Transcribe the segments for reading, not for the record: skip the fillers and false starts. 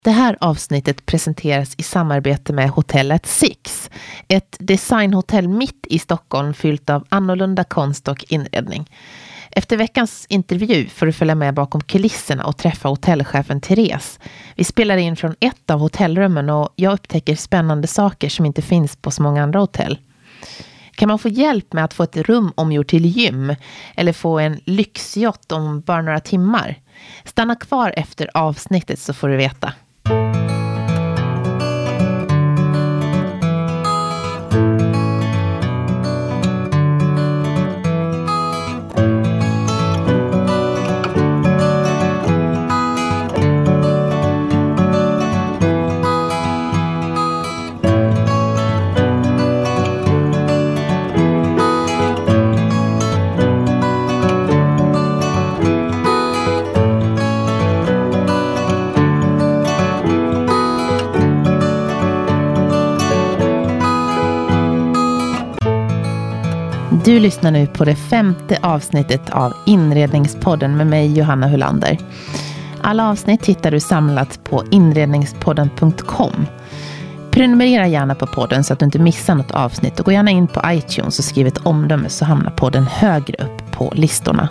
Det här avsnittet presenteras i samarbete med Hotellet Six, ett designhotell mitt i Stockholm fyllt av annorlunda konst och inredning. Efter veckans intervju får du följa med bakom kulisserna och träffa hotellchefen Therese. Vi spelar in från ett av hotellrummen och jag upptäcker spännande saker som inte finns på så många andra hotell. Kan man få hjälp med att få ett rum omgjort till gym eller få en lyxyacht om bara några timmar? Stanna kvar efter avsnittet så får du veta. Du lyssnar nu på det 5:e avsnittet av Inredningspodden med mig Johanna Hullander. Alla avsnitt hittar du samlat på inredningspodden.com. Prenumerera gärna på podden så att du inte missar något avsnitt och gå gärna in på iTunes och skriv ett omdöme så hamnar podden högre upp på listorna.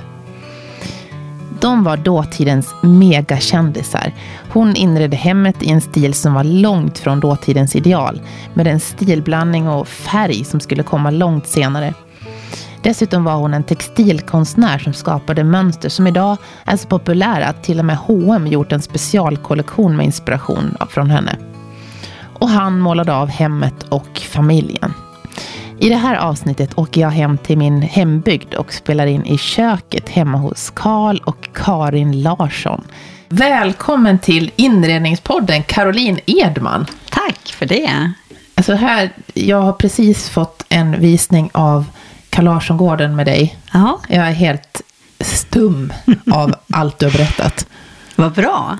De var dåtidens megakändisar. Hon inredde hemmet i en stil som var långt från dåtidens ideal med en stilblandning och färg som skulle komma långt senare. Dessutom var hon en textilkonstnär som skapade mönster som idag är så populära att till och med H&M gjort en specialkollektion med inspiration från henne. Och han målade av hemmet och familjen. I det här avsnittet åker jag hem till min hembygd och spelar in i köket hemma hos Carl och Karin Larsson. Välkommen till Inredningspodden, Caroline Edman. Tack för det. Alltså här, jag har precis fått en visning av Carl Larsson-gården med dig. Aha. Jag är helt stum av allt du har berättat. Vad bra.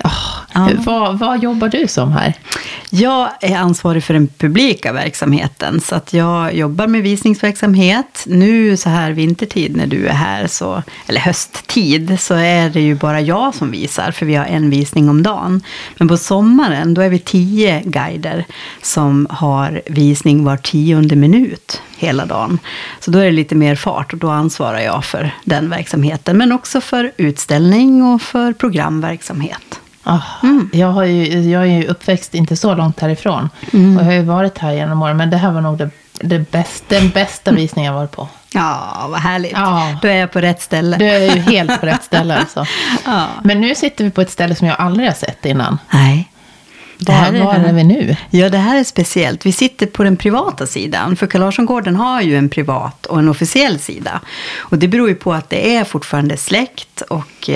Vad jobbar du som här? Jag är ansvarig för den publika verksamheten så att jag jobbar med visningsverksamhet. Nu så här vintertid när du är här, eller hösttid, så är det ju bara jag som visar för vi har en visning om dagen. Men på sommaren då är vi 10 guider som har visning var 10:e minut hela dagen. Så då är det lite mer fart och då ansvarar jag för den verksamheten. Men också för utställning och för programverksamhet. Jag är ju uppväxt inte så långt härifrån. Och jag har ju varit här genom åren. Men det här var nog den bästa visningen jag varit på. Ja, vad härligt. Ja. Då är jag på rätt ställe. Du är ju helt på rätt ställe alltså. Ja. Men nu sitter vi på ett ställe som jag aldrig har sett innan. Nej. Var är vi nu? Ja, det här är speciellt. Vi sitter på den privata sidan. För Carl Larsson-gården har ju en privat och en officiell sida. Och det beror ju på att det är fortfarande släkt och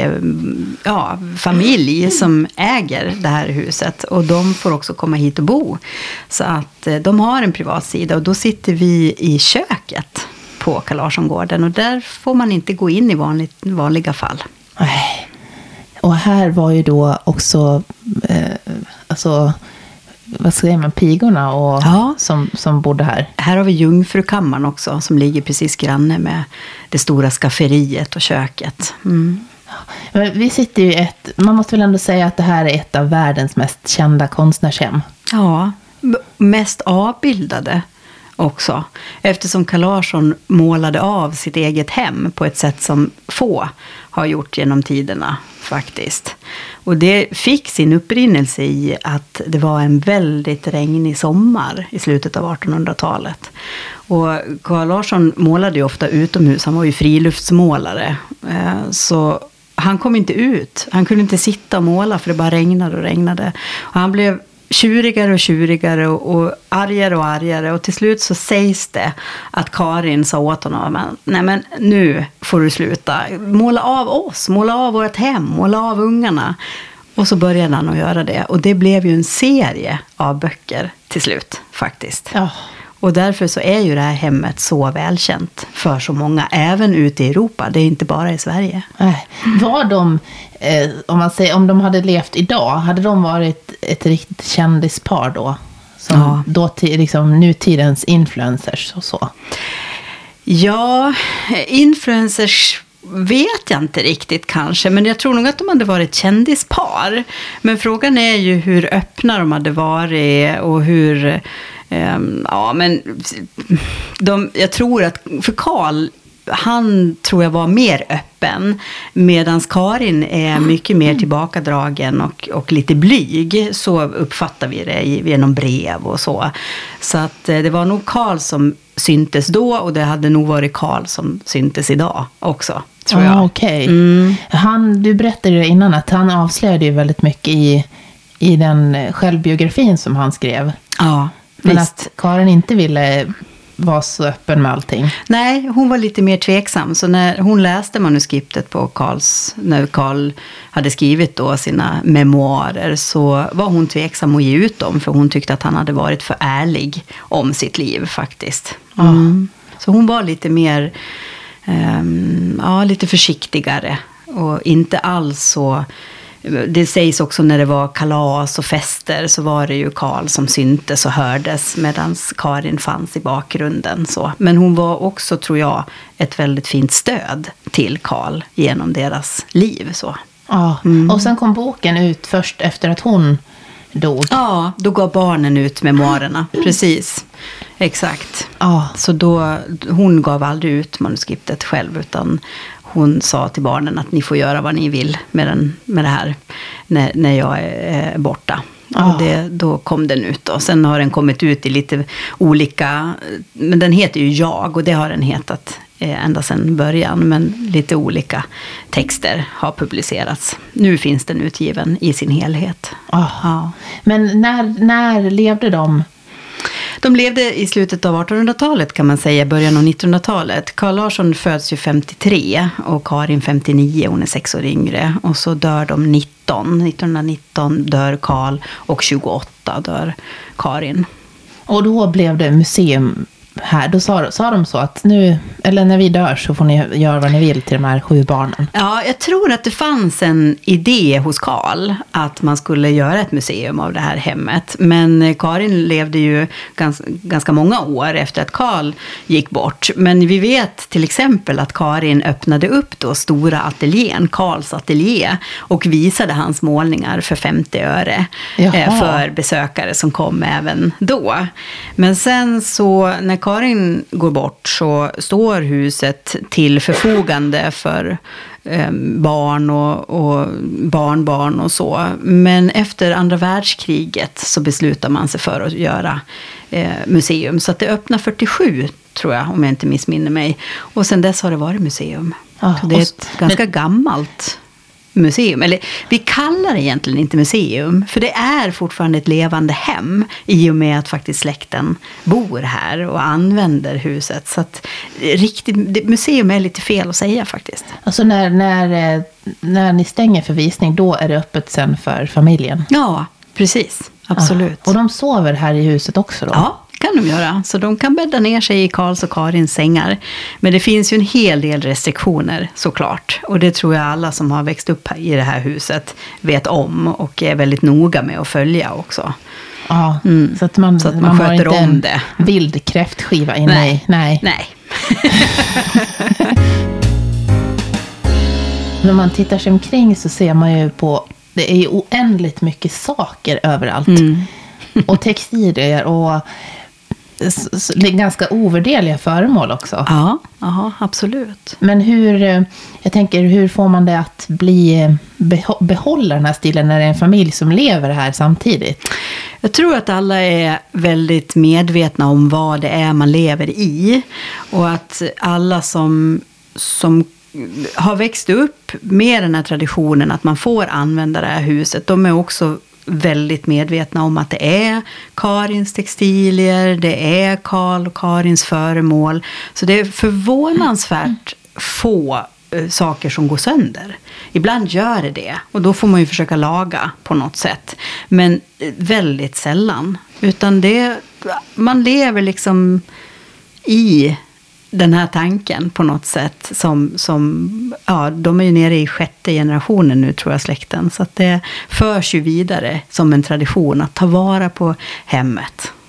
familj som äger det här huset. Och de får också komma hit och bo. Så att de har en privat sida. Och då sitter vi i köket på Carl Larsson-gården. Och där får man inte gå in i vanliga fall. Nej. Och här var ju då också vad säger man, pigorna och som bodde här. Här har vi Jungfrukammaren också som ligger precis granne med det stora skafferiet och köket. Vi sitter ju man måste väl ändå säga att det här är ett av världens mest kända konstnärshem. Ja, mest avbildade också. Eftersom Carl Larsson målade av sitt eget hem på ett sätt som få har gjort genom tiderna faktiskt. Och det fick sin upprinnelse i att det var en väldigt regnig sommar i slutet av 1800-talet. Och Carl Larsson målade ju ofta utomhus, han var ju friluftsmålare. Så han kom inte ut, han kunde inte sitta och måla för det bara regnade och regnade. Och han blev tjurigare och tjurigare och argare och argare. Och till slut så sägs det att Karin sa åt honom: nej men nu får du sluta. Måla av oss, måla av vårt hem, måla av ungarna. Och så började han att göra det. Och det blev ju en serie av böcker till slut faktiskt. Ja. Och därför så är ju det här hemmet så välkänt för så många, även ute i Europa. Det är inte bara i Sverige. Var de, om de hade levt idag, hade de varit ett riktigt kändispar då? Som liksom nutidens influencers och så? Ja, influencers vet jag inte riktigt kanske, men jag tror nog att de hade varit kändispar. Men frågan är ju hur öppna de hade varit och hur... jag tror att för Carl, han tror jag var mer öppen, medan Karin är mycket mer tillbakadragen och lite blyg. Så uppfattar vi det genom brev och så. Så att det var nog Carl som syntes då, och det hade nog varit Carl som syntes idag också, tror jag. Okej. Du berättade ju innan att han avslöjade ju väldigt mycket i den självbiografin som han skrev. Ja, men visst. att Karin inte ville vara så öppen med allting. Nej, hon var lite mer tveksam. Så när hon läste manuskriptet på när Carl hade skrivit då sina memoarer, så var hon tveksam att ge ut dem. För hon tyckte att han hade varit för ärlig om sitt liv faktiskt. Så hon var lite mer, lite försiktigare. Och inte alls så... Det sägs också när det var kalas och fester, så var det ju Carl som syntes och hördes, medan Karin fanns i bakgrunden. Så. Men hon var också, tror jag, ett väldigt fint stöd till Carl genom deras liv. Så. Ja, och sen kom boken ut först efter att hon dog. Ja, då gav barnen ut memoarerna, precis. Exakt. Ja. Så då, hon gav aldrig ut manuskriptet själv, utan hon sa till barnen att ni får göra vad ni vill med det här när jag är borta. Och då kom den ut då. Sen har den kommit ut i lite olika, men den heter ju Jag, och det har den hetat ända sedan början. Men lite olika texter har publicerats. Nu finns den utgiven i sin helhet. Ja. Men när levde de? De levde i slutet av 1800-talet kan man säga, början av 1900-talet. Carl Larsson föds ju 53 och Karin 59, hon är 6 år yngre. Och så dör de 1919 dör Carl och 28 dör Karin. Och då blev det museum här. Då sa de så att nu, eller när vi dör så får ni göra vad ni vill till de här 7 barnen. Ja, jag tror att det fanns en idé hos Carl att man skulle göra ett museum av det här hemmet. Men Karin levde ju ganska många år efter att Carl gick bort. Men vi vet till exempel att Karin öppnade upp då stora ateljén, Carls ateljé, och visade hans målningar för 50 öre för besökare som kom även då. Men sen så när Karin går bort så står huset till förfogande för barn och barnbarn och så. Men efter andra världskriget så beslutar man sig för att göra museum. Så att det öppnar 47, tror jag, om jag inte missminner mig. Och sen dess har det varit museum. Så det är ett ganska gammalt museum. Eller vi kallar det egentligen inte museum, för det är fortfarande ett levande hem i och med att faktiskt släkten bor här och använder huset. Så att museum är lite fel att säga faktiskt. Alltså när ni stänger för visning, då är det öppet sen för familjen? Ja, precis. Absolut. Och de sover här i huset också då? Ja, kan de göra. Så de kan bädda ner sig i Karls och Karins sängar. Men det finns ju en hel del restriktioner såklart. Och det tror jag alla som har växt upp i det här huset vet om. Och är väldigt noga med att följa också. Ja, så att man sköter har inte om det. Vild kräftskiva inne i. Nej. När man tittar sig omkring så ser man ju på, det är ju oändligt mycket saker överallt. Och textilier och ganska ovärderliga föremål också. Ja, absolut. Men hur får man det att behålla den här stilen när det är en familj som lever här samtidigt? Jag tror att alla är väldigt medvetna om vad det är man lever i. Och att alla som har växt upp med den här traditionen att man får använda det här huset, de är också väldigt medvetna om att det är Karins textilier, det är Karl och Karins föremål. Så det är förvånansvärt få saker som går sönder. Ibland gör det och då får man ju försöka laga på något sätt. Men väldigt sällan. Utan man lever liksom i den här tanken på något sätt som de är ju nere i 6:e generationen nu, tror jag, släkten. Så att det förs ju vidare som en tradition att ta vara på hemmet.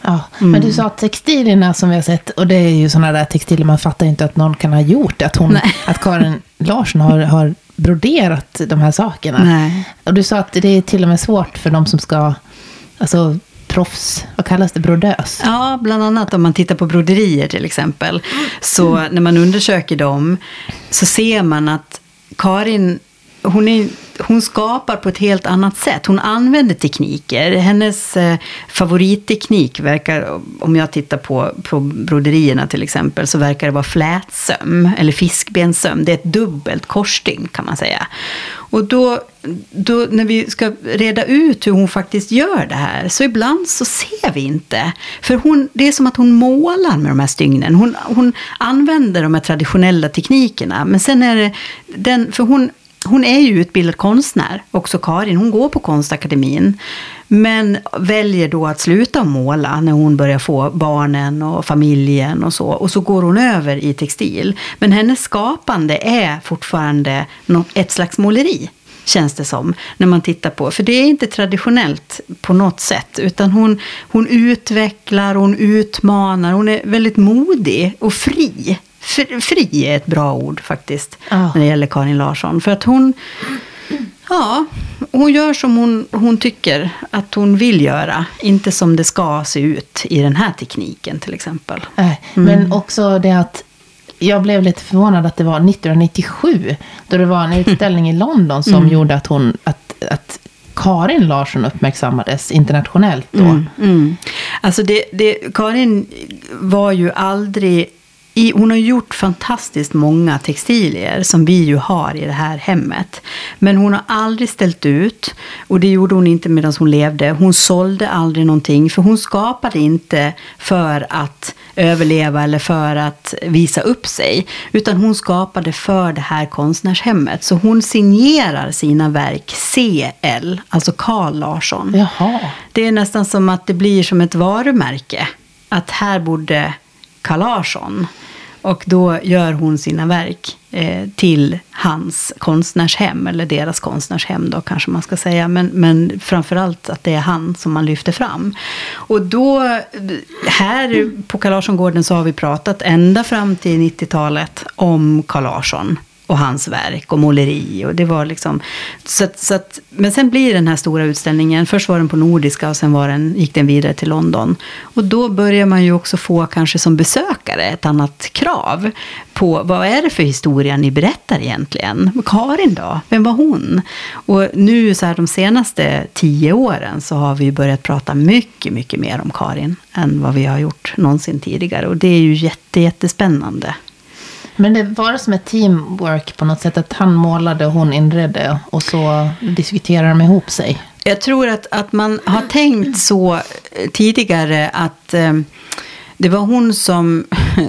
Ja, men du sa att textilierna som vi har sett, och det är ju sådana där textilier, man fattar inte att någon kan ha gjort det, att Karin Larsson har broderat de här sakerna. Nej. Och du sa att det är till och med svårt för de som ska, alltså proffs, vad kallas det, brodös? Ja, bland annat om man tittar på broderier till exempel. Så när man undersöker dem så ser man att Karin, hon skapar på ett helt annat sätt. Hon använder tekniker. Hennes favoritteknik verkar, om jag tittar på broderierna till exempel, så verkar det vara flätsöm eller fiskbensöm. Det är ett dubbelt korsstygn kan man säga. Och då när vi ska reda ut hur hon faktiskt gör det här, så ibland så ser vi inte. För det är som att hon målar med de här stygnen. Hon använder de här traditionella teknikerna. Men sen är det för hon är ju utbildad konstnär, också Karin. Hon går på Konstakademin, men väljer då att sluta måla när hon börjar få barnen och familjen och så. Och så går hon över i textil. Men hennes skapande är fortfarande ett slags måleri, känns det som, när man tittar på. För det är inte traditionellt på något sätt, utan hon utvecklar, hon utmanar, hon är väldigt modig och fri. Fri är ett bra ord faktiskt när det gäller Karin Larsson. För att hon gör som hon tycker att hon vill göra. Inte som det ska se ut i den här tekniken till exempel. Men också det att jag blev lite förvånad att det var 1997 då det var en utställning i London som gjorde att Karin Larsson uppmärksammades internationellt då. Alltså Karin var ju aldrig... Hon har gjort fantastiskt många textilier som vi ju har i det här hemmet. Men hon har aldrig ställt ut, och det gjorde hon inte medan hon levde. Hon sålde aldrig någonting, för hon skapade inte för att överleva eller för att visa upp sig. Utan hon skapade för det här konstnärshemmet. Så hon signerar sina verk CL, alltså Carl Larsson. Jaha. Det är nästan som att det blir som ett varumärke. Att här borde Carl Larsson. Och då gör hon sina verk till hans konstnärshem, eller deras konstnärshem då kanske man ska säga, men framförallt att det är han som man lyfter fram. Och då här på Carl Larsson-gården så har vi pratat ända fram till 90-talet om Carl Larsson och hans verk och måleri, och det var liksom så att, men sen blir den här stora utställningen, först var den på Nordiska och sen gick den vidare till London, och då börjar man ju också få kanske som besökare ett annat krav på vad är det för historia ni berättar egentligen. Karin då, vem var hon? Och nu så här de senaste 10 åren så har vi börjat prata mycket, mycket mer om Karin än vad vi har gjort någonsin tidigare, och det är ju jättespännande. Men det var som ett teamwork på något sätt, att han målade och hon inredde, och så diskuterar de ihop sig. Jag tror att man har tänkt så tidigare att det var hon som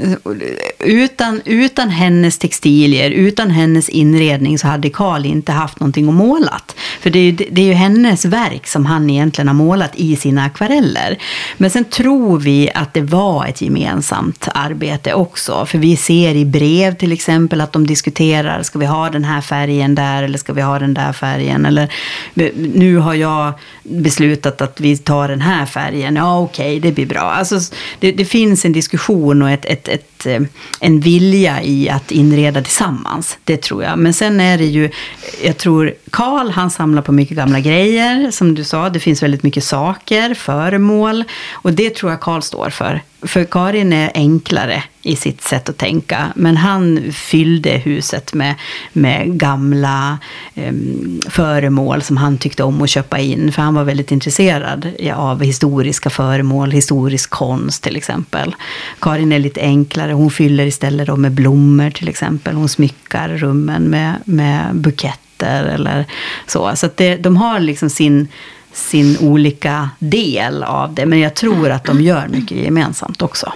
utan hennes textilier, utan hennes inredning så hade Carl inte haft någonting att målat. För det är ju hennes verk som han egentligen har målat i sina akvareller. Men sen tror vi att det var ett gemensamt arbete också. För vi ser i brev till exempel att de diskuterar, ska vi ha den här färgen där eller ska vi ha den där färgen? Eller nu har jag beslutat att vi tar den här färgen. Ja, okej, det blir bra. Alltså det finns en diskussion och en vilja i att inreda tillsammans, det tror jag. Men sen är det ju, jag tror Carl, han samlar på mycket gamla grejer, som du sa, det finns väldigt mycket saker, föremål, och det tror jag Carl står för. För Karin är enklare i sitt sätt att tänka, men han fyllde huset med gamla föremål som han tyckte om att köpa in, för han var väldigt intresserad av historiska föremål, historisk konst till exempel. Karin är lite enklare, hon fyller istället då med blommor till exempel, hon smyckar rummen med buketter eller så att de har liksom sin olika del av det, men jag tror att de gör mycket gemensamt också.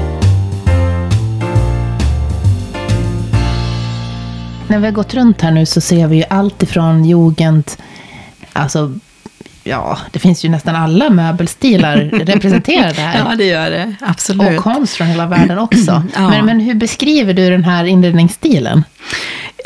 När vi har gått runt här nu så ser vi ju allt ifrån jugend, alltså ja, det finns ju nästan alla möbelstilar representerade här. Ja, det gör det, absolut. Och konst från hela världen också. Ja. Men hur beskriver du den här inredningsstilen?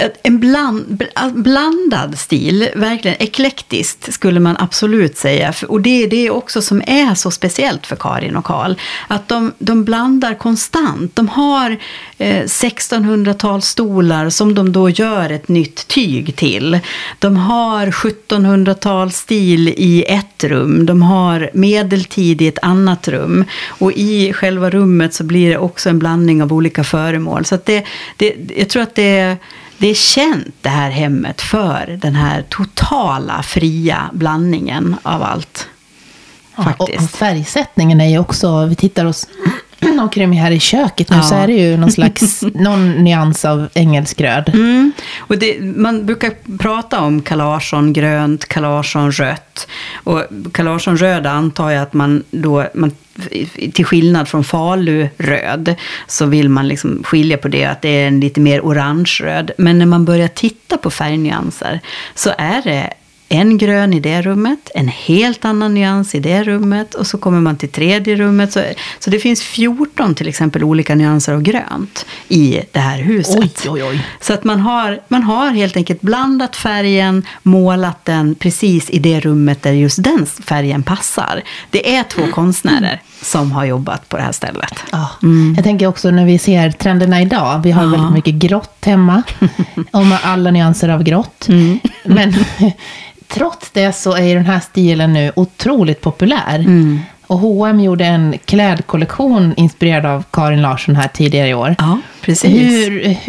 en blandad stil, verkligen eklektiskt skulle man absolut säga. Och det är det också som är så speciellt för Karin och Karl. Att de blandar konstant. De har 1600-tals stolar som de då gör ett nytt tyg till. De har 1700-tals stil i ett rum. De har medeltid i ett annat rum. Och i själva rummet så blir det också en blandning av olika föremål. Så att jag tror att det är känt det här hemmet för den här totala fria blandningen av allt. Faktiskt. Och färgsättningen är ju också, vi tittar oss omkring här i köket nu, så är det ju någon nyans av engelsk-röd. Och man brukar prata om Carl Larsson grönt, Carl Larsson rött. Och Carl Larsson röd antar jag att man till skillnad från Falu röd så vill man liksom skilja på det, att det är en lite mer orange röd. Men när man börjar titta på färgnyanser så är det en grön i det rummet, en helt annan nyans i det rummet, och så kommer man till tredje rummet. Så det finns 14 till exempel olika nyanser av grönt i det här huset. Oj. Så att man har helt enkelt blandat färgen, målat den precis i det rummet där just den färgen passar. Det är 2 konstnärer som har jobbat på det här stället. Jag tänker också när vi ser trenderna idag, vi har väldigt mycket grått hemma, och med alla nyanser av grått. Men trots det så är den här stilen nu otroligt populär. Och H&M gjorde en klädkollektion inspirerad av Karin Larsson här tidigare i år. Ja, precis.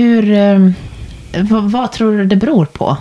Vad tror du det beror på?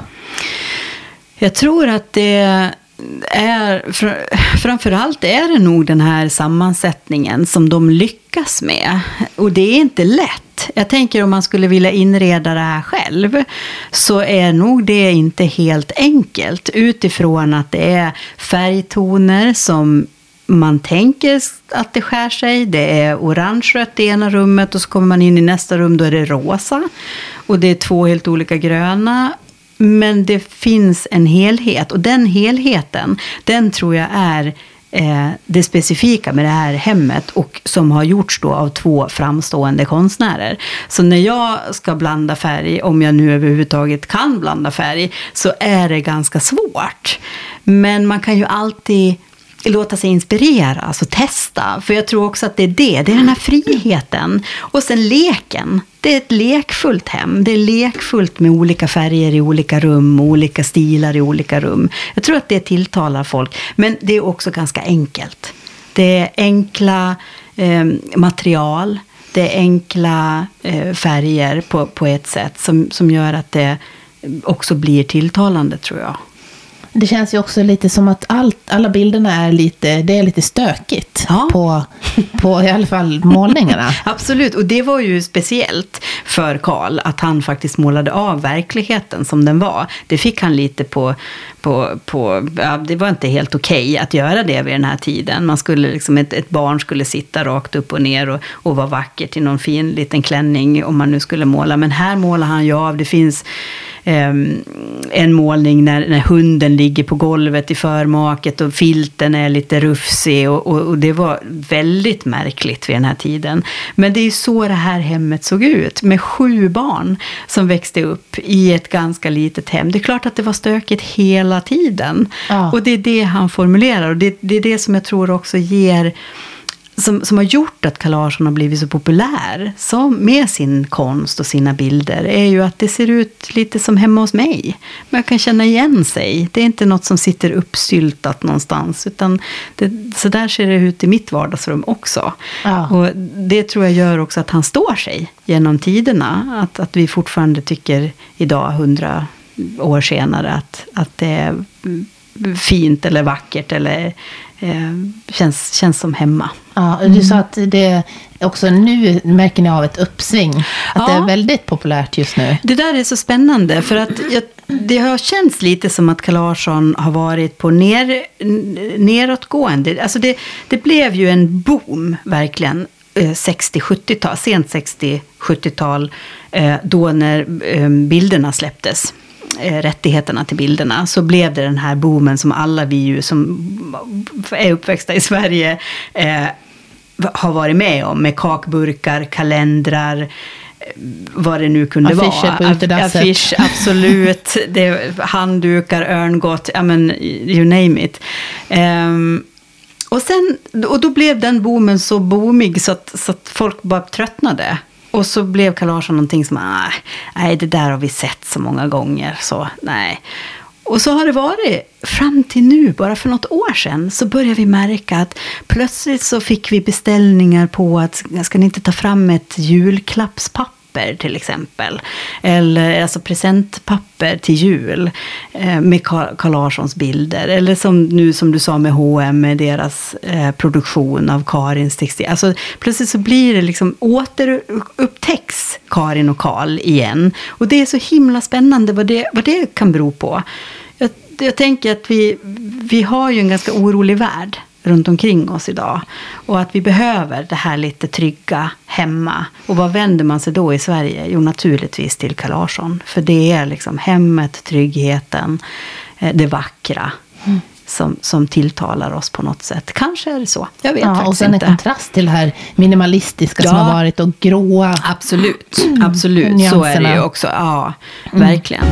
Jag tror att det är, framförallt är det nog den här sammansättningen som de lyckas med. Och det är inte lätt. Jag tänker om man skulle vilja inreda det här själv så är nog det inte helt enkelt. Utifrån att det är färgtoner som man tänker att det skär sig. Det är orange-rött i ena rummet och så kommer man in i nästa rum, då är det rosa. Och det är 2 helt olika gröna. Men det finns en helhet, och den helheten, den tror jag är det specifika med det här hemmet, och som har gjorts då av 2 framstående konstnärer. Så när jag ska blanda färg, om jag nu överhuvudtaget kan blanda färg, så är det ganska svårt. Men man kan ju alltid låta sig inspirera, alltså testa. För jag tror också att det är den här friheten. Och sen leken. Det är ett lekfullt hem. Det är lekfullt med olika färger i olika rum, olika stilar i olika rum. Jag tror att det tilltalar folk. Men det är också ganska enkelt. Det är enkla material. Det är enkla färger på ett sätt som gör att det också blir tilltalande, tror jag. Det känns ju också lite som att alla bilderna är lite stökigt på i alla fall målningarna. Absolut, och det var ju speciellt för Karl att han faktiskt målade av verkligheten som den var. Det fick han lite det var inte helt okej att göra det vid den här tiden. Man skulle liksom, ett barn skulle sitta rakt upp och ner och vara vackert i någon fin liten klänning om man nu skulle måla. Men här målar han ju av, det finns en målning när hunden ligger på golvet i förmaket och filten är lite rufsig och det var väldigt märkligt vid den här tiden. Men det är ju så det här hemmet såg ut, med 7 barn som växte upp i ett ganska litet hem. Det är klart att det var stökigt hela tiden. Och det är det han formulerar, och det är det som jag tror också ger, som har gjort att Carl Larsson har blivit så populär med sin konst och sina bilder, är ju att det ser ut lite som hemma hos mig. Men jag kan känna igen sig. Det är inte något som sitter uppsyltat någonstans, utan så där ser det ut i mitt vardagsrum också. Och det tror jag gör också att han står sig genom tiderna. Att vi fortfarande tycker idag, 100 år senare, att det är fint eller vackert eller känns som hemma. Ja, du sa att det också nu märker ni av ett uppsving. Att det är väldigt populärt just nu. Det där är så spännande, för att det har känts lite som att Carl Larsson har varit på neråtgående. Alltså det blev ju en boom verkligen 60-70-tal, sent 60-70-tal, då när bilderna släpptes, rättigheterna till bilderna, så blev det den här boomen som alla vi ju som är uppväxta i Sverige har varit med om, med kakburkar, kalendrar, vad det nu kunde Affischer vara. på utedasset. Affisch, absolut. Handdukar, örngott, you name it. Och då blev den boomen så boomig så att folk bara tröttnade. Och så blev Carl Larsson någonting som, nej, det där har vi sett så många gånger, så nej. Och så har det varit fram till nu, bara för något år sedan, så började vi märka att plötsligt så fick vi beställningar på att, ska ni inte ta fram ett julklappspapper till exempel, eller alltså presentpapper till jul med Carl Larssons bilder, eller som du sa med H&M med deras produktion av Karins textil. Alltså plötsligt så blir det liksom återupptäcks Karin och Carl igen, och det är så himla spännande vad det kan bero på. Jag tänker att vi har ju en ganska orolig värld runt omkring oss idag. Och att vi behöver det här lite trygga hemma. Och vad vänder man sig då i Sverige? Jo, naturligtvis till Carl Larsson. För det är liksom hemmet, tryggheten, det vackra som tilltalar oss på något sätt. Kanske är det så. Jag vet faktiskt inte. Och sen en kontrast till det här minimalistiska som har varit, och gråa. Absolut. Nyanserna. Så är det ju också. Ja, verkligen.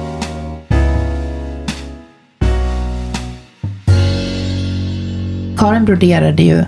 Karin broderade ju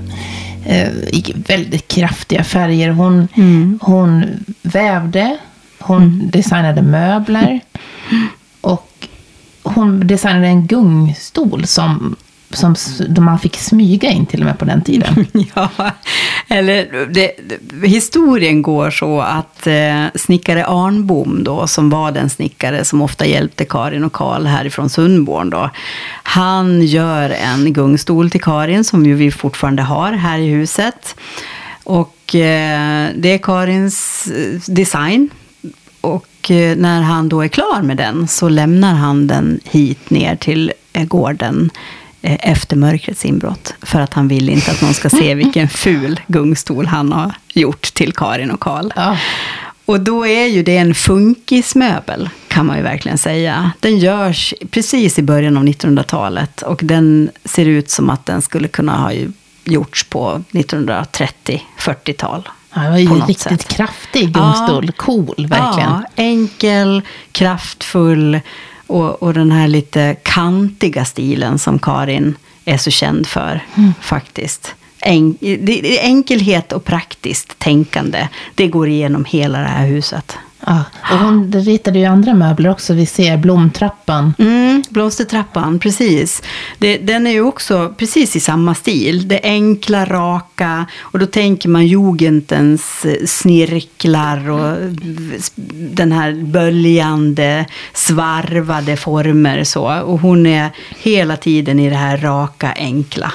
i väldigt kraftiga färger. Hon vävde, hon designade möbler och hon designade en gungstol som man fick smyga in till och med på den tiden. Ja, eller historien går så att snickare Arnbom då, som var den snickare som ofta hjälpte Karin och Carl härifrån Sundborn då, han gör en gungstol till Karin som vi fortfarande har här i huset, och det är Karins design. Och när han då är klar med den så lämnar han den hit ner till gården efter mörkrets inbrott, för att han vill inte att någon ska se vilken ful gungstol han har gjort till Karin och Carl. Ja. Och då är ju det en funkismöbel, kan man ju verkligen säga. Den görs precis i början av 1900-talet och den ser ut som att den skulle kunna ha gjorts på 1930-40-tal. Ja, det var ju riktigt kraftig gungstol. Ja. Cool, verkligen. Ja, enkel, kraftfull och den här lite kantiga stilen som Karin är så känd för, faktiskt. Enkelhet och praktiskt tänkande, det går igenom hela det här huset. Ja, och hon ritade ju andra möbler också. Vi ser blomtrappan. Blomstertrappan, precis. Den är ju också precis i samma stil. Det enkla, raka, och då tänker man jugendens snirklar och den här böljande, svarvade former så. Och hon är hela tiden i det här raka, enkla.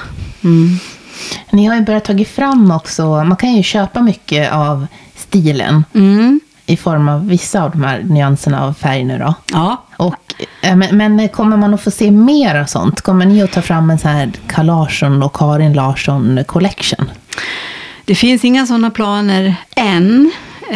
Ni har ju börjat ta fram också, man kan ju köpa mycket av stilen. I form av vissa av de här nyanserna av färg nu då. Ja. Och, men kommer man att få se mer av sånt? Kommer ni att ta fram en sån här Carl Larsson och Karin Larsson collection? Det finns inga sådana planer än.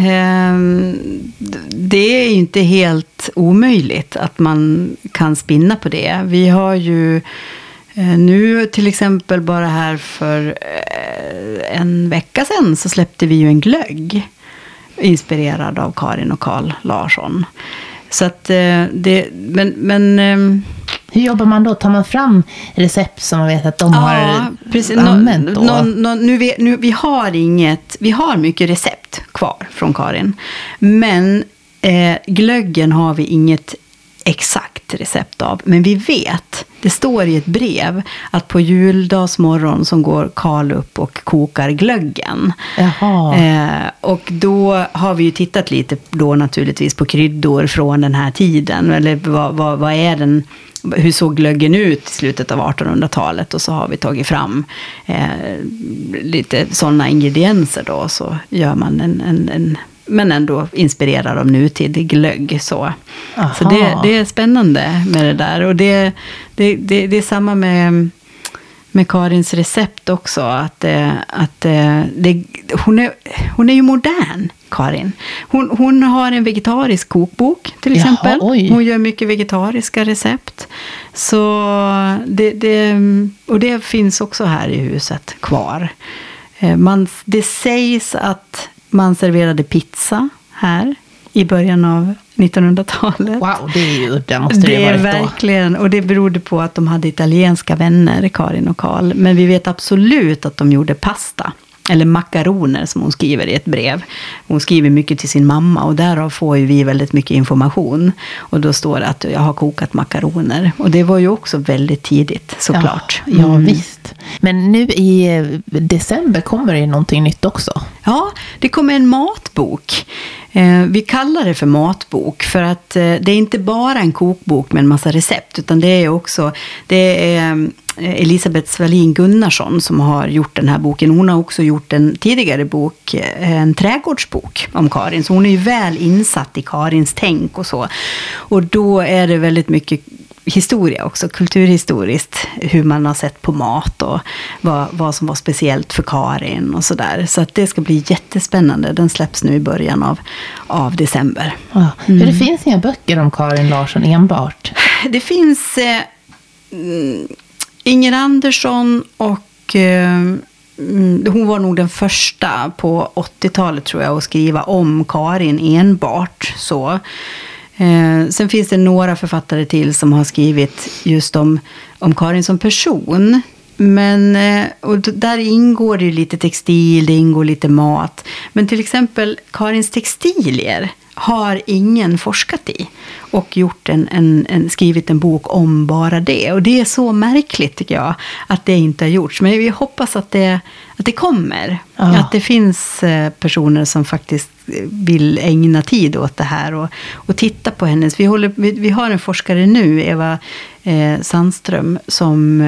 Det är ju inte helt omöjligt att man kan spinna på det. Vi har ju nu till exempel bara här för en vecka sedan så släppte vi ju en glögg inspirerad av Karin och Carl Larsson. Så att hur jobbar man då? Tar man fram recept som man vet att de har använt då? Vi har mycket recept kvar från Karin. Men glöggen har vi inget exakt recept av. Men vi vet, det står i ett brev, att på juldagsmorgon som går Carl upp och kokar glöggen. Och då har vi ju tittat lite då naturligtvis på kryddor från den här tiden. Eller vad är den, hur såg glöggen ut i slutet av 1800-talet, och så har vi tagit fram lite sådana ingredienser då, så gör man en men ändå inspirerad av nutid glögg så. Så det är spännande med det där, och det är samma med Karins recept också, att hon är ju modern, Karin. Hon har en vegetarisk kokbok till exempel. Hon gör mycket vegetariska recept. Så det finns också här i huset kvar. Det sägs att man serverade pizza här i början av 1900-talet. Wow, det är ju udda, måste det är varit verkligen, och det berodde på att de hade italienska vänner, Karin och Karl. Men vi vet absolut att de gjorde pasta. Eller makaroner som hon skriver i ett brev. Hon skriver mycket till sin mamma och därav får ju vi väldigt mycket information. Och då står det att jag har kokat makaroner. Och det var ju också väldigt tidigt, såklart. Ja, visst. Men nu i december kommer det någonting nytt också. Ja, det kommer en matbok. Vi kallar det för matbok för att det är inte bara en kokbok med en massa recept, utan det är Elisabeth Svalin Gunnarsson som har gjort den här boken. Hon har också gjort en tidigare bok, en trädgårdsbok om Karin. Så hon är ju väl insatt i Karins tänk och så. Och då är det väldigt mycket historia också, kulturhistoriskt, hur man har sett på mat och vad som var speciellt för Karin och sådär. Så att det ska bli jättespännande. Den släpps nu i början av december. Ja. Det finns inga böcker om Karin Larsson enbart? Det finns Inger Andersson och hon var nog den första på 80-talet tror jag att skriva om Karin enbart så. Sen finns det några författare till som har skrivit just om Karin som person. Men och där ingår det ju lite textil, det ingår lite mat. Men till exempel Karins textilier har ingen forskat i och gjort skrivit en bok om bara det. Och det är så märkligt tycker jag att det inte har gjorts. Men vi hoppas att det kommer. Ja. Att det finns personer som faktiskt vill ägna tid åt det här och titta på hennes. Vi har en forskare nu, Eva Sandström, som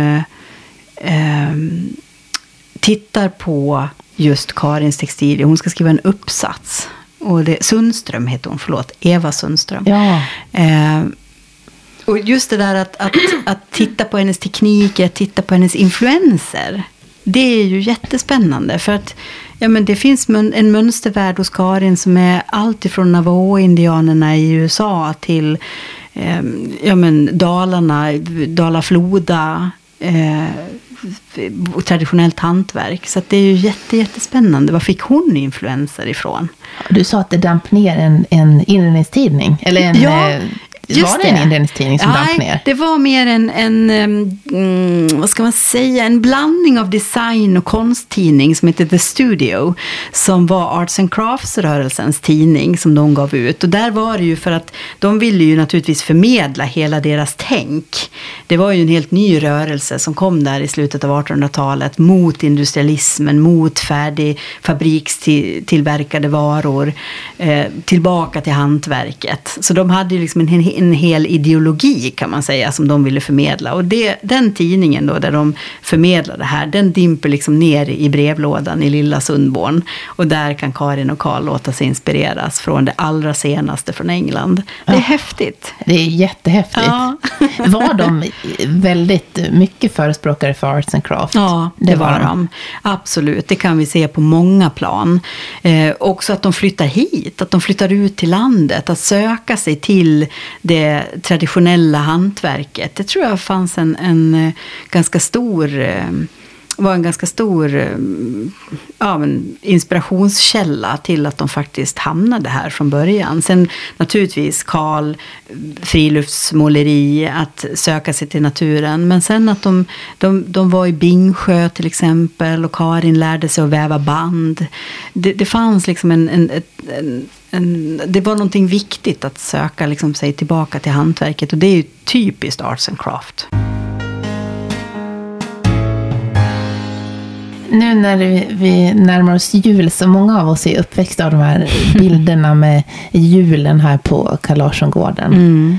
tittar på just Karins textilier. Hon ska skriva en uppsats. Och Sundström heter hon, Eva Sundström. Ja. Och just det där att titta på hennes tekniker, titta på hennes influenser. Det är ju jättespännande för att det finns en mönstervärld hos Karin som är allt ifrån Navajo-indianerna i USA till Dalarna, Dala-Floda, traditionellt hantverk. Så att det är ju jättespännande. Var fick hon influenser ifrån? Du sa att det damp ner en inredningstidning. Eller var det en inredningstidning som damp ner? Det var mer vad ska man säga, en blandning av design och konsttidning som heter The Studio, som var Arts and Crafts-rörelsens tidning som de gav ut. Och där var det ju för att de ville ju naturligtvis förmedla hela deras tänk. Det var ju en helt ny rörelse som kom där i slutet av 1800-talet mot industrialismen, mot fabrikstillverkade varor, tillbaka till hantverket. Så de hade ju liksom en hel ideologi kan man säga som de ville förmedla. Och den tidningen då där de förmedlade det här, den dimper liksom ner i brevlådan i lilla Sundborn. Och där kan Karin och Karl låta sig inspireras från det allra senaste från England. Det är häftigt. Det är jättehäftigt. Ja. Var de väldigt mycket förespråkare för arts and crafts? Ja, det var de. Absolut, det kan vi se på många plan. Också att de flyttar hit, att de flyttar ut till landet, att söka sig till det traditionella hantverket. Det tror jag fanns en ganska stor inspirationskälla till att de faktiskt hamnade här från början. Sen naturligtvis Karl, friluftsmåleri, att söka sig till naturen. Men sen att de var i Bingsjö till exempel och Karin lärde sig att väva band. Det fanns liksom det var någonting viktigt att söka liksom sig tillbaka till hantverket och det är ju typiskt arts and craft. Nu när vi närmar oss jul så många av oss är uppväxta av de här bilderna med julen här på Carl Larsson-gården. Mm.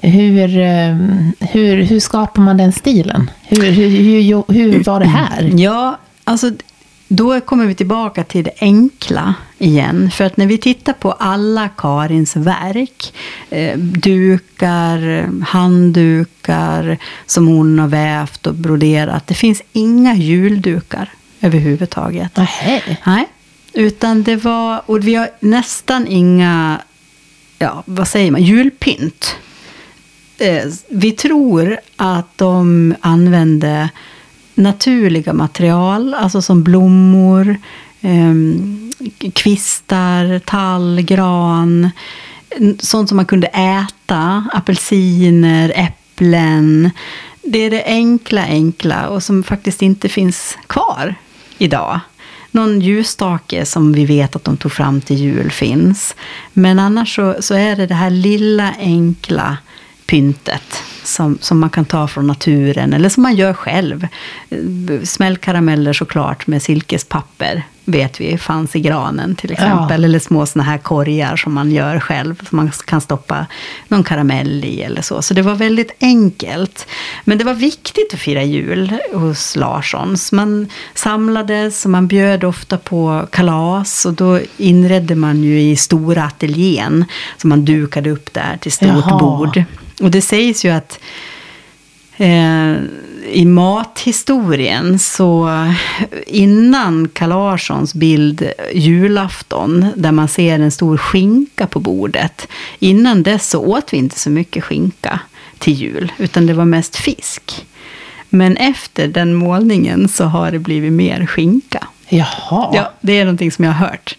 Hur skapar man den stilen? Hur var det här? Ja, alltså då kommer vi tillbaka till det enkla igen. För att när vi tittar på alla Karins verk, dukar, handdukar som hon har vävt och broderat. Det finns inga juldukar överhuvudtaget. Nej, utan det var, och vi har nästan inga, julpynt. Vi tror att de använde naturliga material, alltså som blommor, kvistar, tall, gran, sånt som man kunde äta, apelsiner, äpplen. Det är det enkla och som faktiskt inte finns kvar idag. Någon ljusstake som vi vet att de tog fram till jul finns. Men annars så är det här lilla enkla pyntet som man kan ta från naturen eller som man gör själv. Smällkarameller såklart med silkespapper vet vi fanns i granen till exempel. Ja. Eller små såna här korgar som man gör själv som man kan stoppa någon karamell i eller så. Så det var väldigt enkelt. Men det var viktigt att fira jul hos Larssons. Man samlades och man bjöd ofta på kalas och då inredde man ju i stora ateljén som man dukade upp där till stort bord. Och det sägs ju att i mathistorien så innan Carl Larssons bild julafton där man ser en stor skinka på bordet, innan dess så åt vi inte så mycket skinka till jul utan det var mest fisk. Men efter den målningen så har det blivit mer skinka. Jaha. Ja, det är någonting som jag har hört.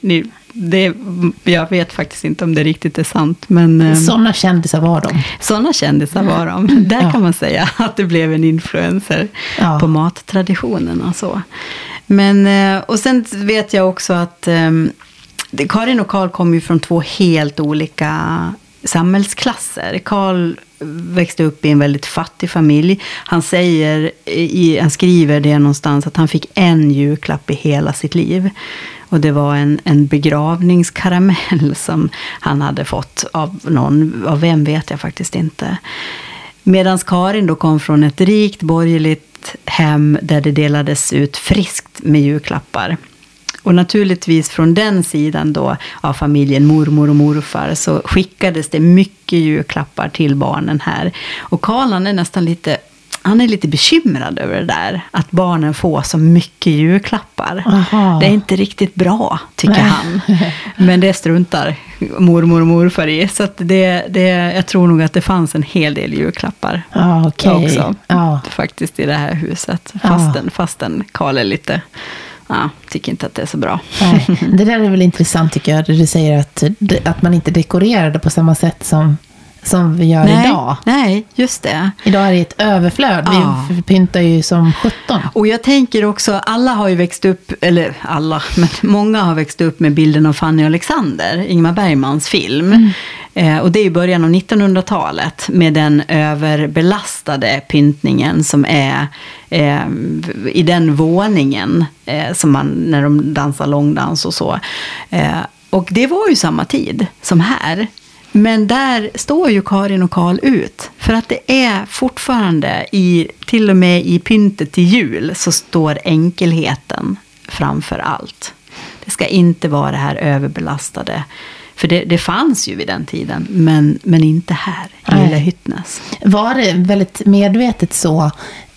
Jag vet faktiskt inte om det riktigt är sant. Men, sådana kändisar var de. Sådana kändisar var de. Där kan man säga att det blev en influencer på mattraditionerna. Så. Men, och sen vet jag också att Karin och Carl kom ju från 2 helt olika samhällsklasser. Carl växte upp i en väldigt fattig familj. Han skriver det någonstans att han fick en julklapp i hela sitt liv. Och det var en begravningskaramell som han hade fått av någon. Av vem vet jag faktiskt inte. Medan Karin då kom från ett rikt borgerligt hem där det delades ut friskt med julklappar. Och naturligtvis från den sidan då av familjen, mormor och morfar, så skickades det mycket julklappar till barnen här. Och Carl han är lite bekymrad över det där. Att barnen får så mycket julklappar. Aha. Det är inte riktigt bra, tycker han. Men det struntar mormor och morfar i. Så att jag tror nog att det fanns en hel del julklappar också. Faktiskt i det här huset. Fastän Carl är lite... Ja, tycker inte att det är så bra. Nej, det där är väl intressant tycker jag. Du säger att man inte dekorerade på samma sätt som vi gör idag. Nej, just det. Idag är det ett överflöd. Vi pyntar ju som 17. Och jag tänker också, alla har ju växt upp, eller alla, men många har växt upp med bilden av Fanny och Alexander, Ingmar Bergmans film. Och det är i början av 1900-talet med den överbelastade pyntningen som är i den våningen som när de dansar långdans och så. Och det var ju samma tid som här. Men där står ju Karin och Carl ut. För att det är fortfarande, till och med i pyntet till jul, så står enkelheten framför allt. Det ska inte vara det här överbelastade. För det fanns ju vid den tiden, men inte här i Lilla Hyttnes. Var det väldigt medvetet så,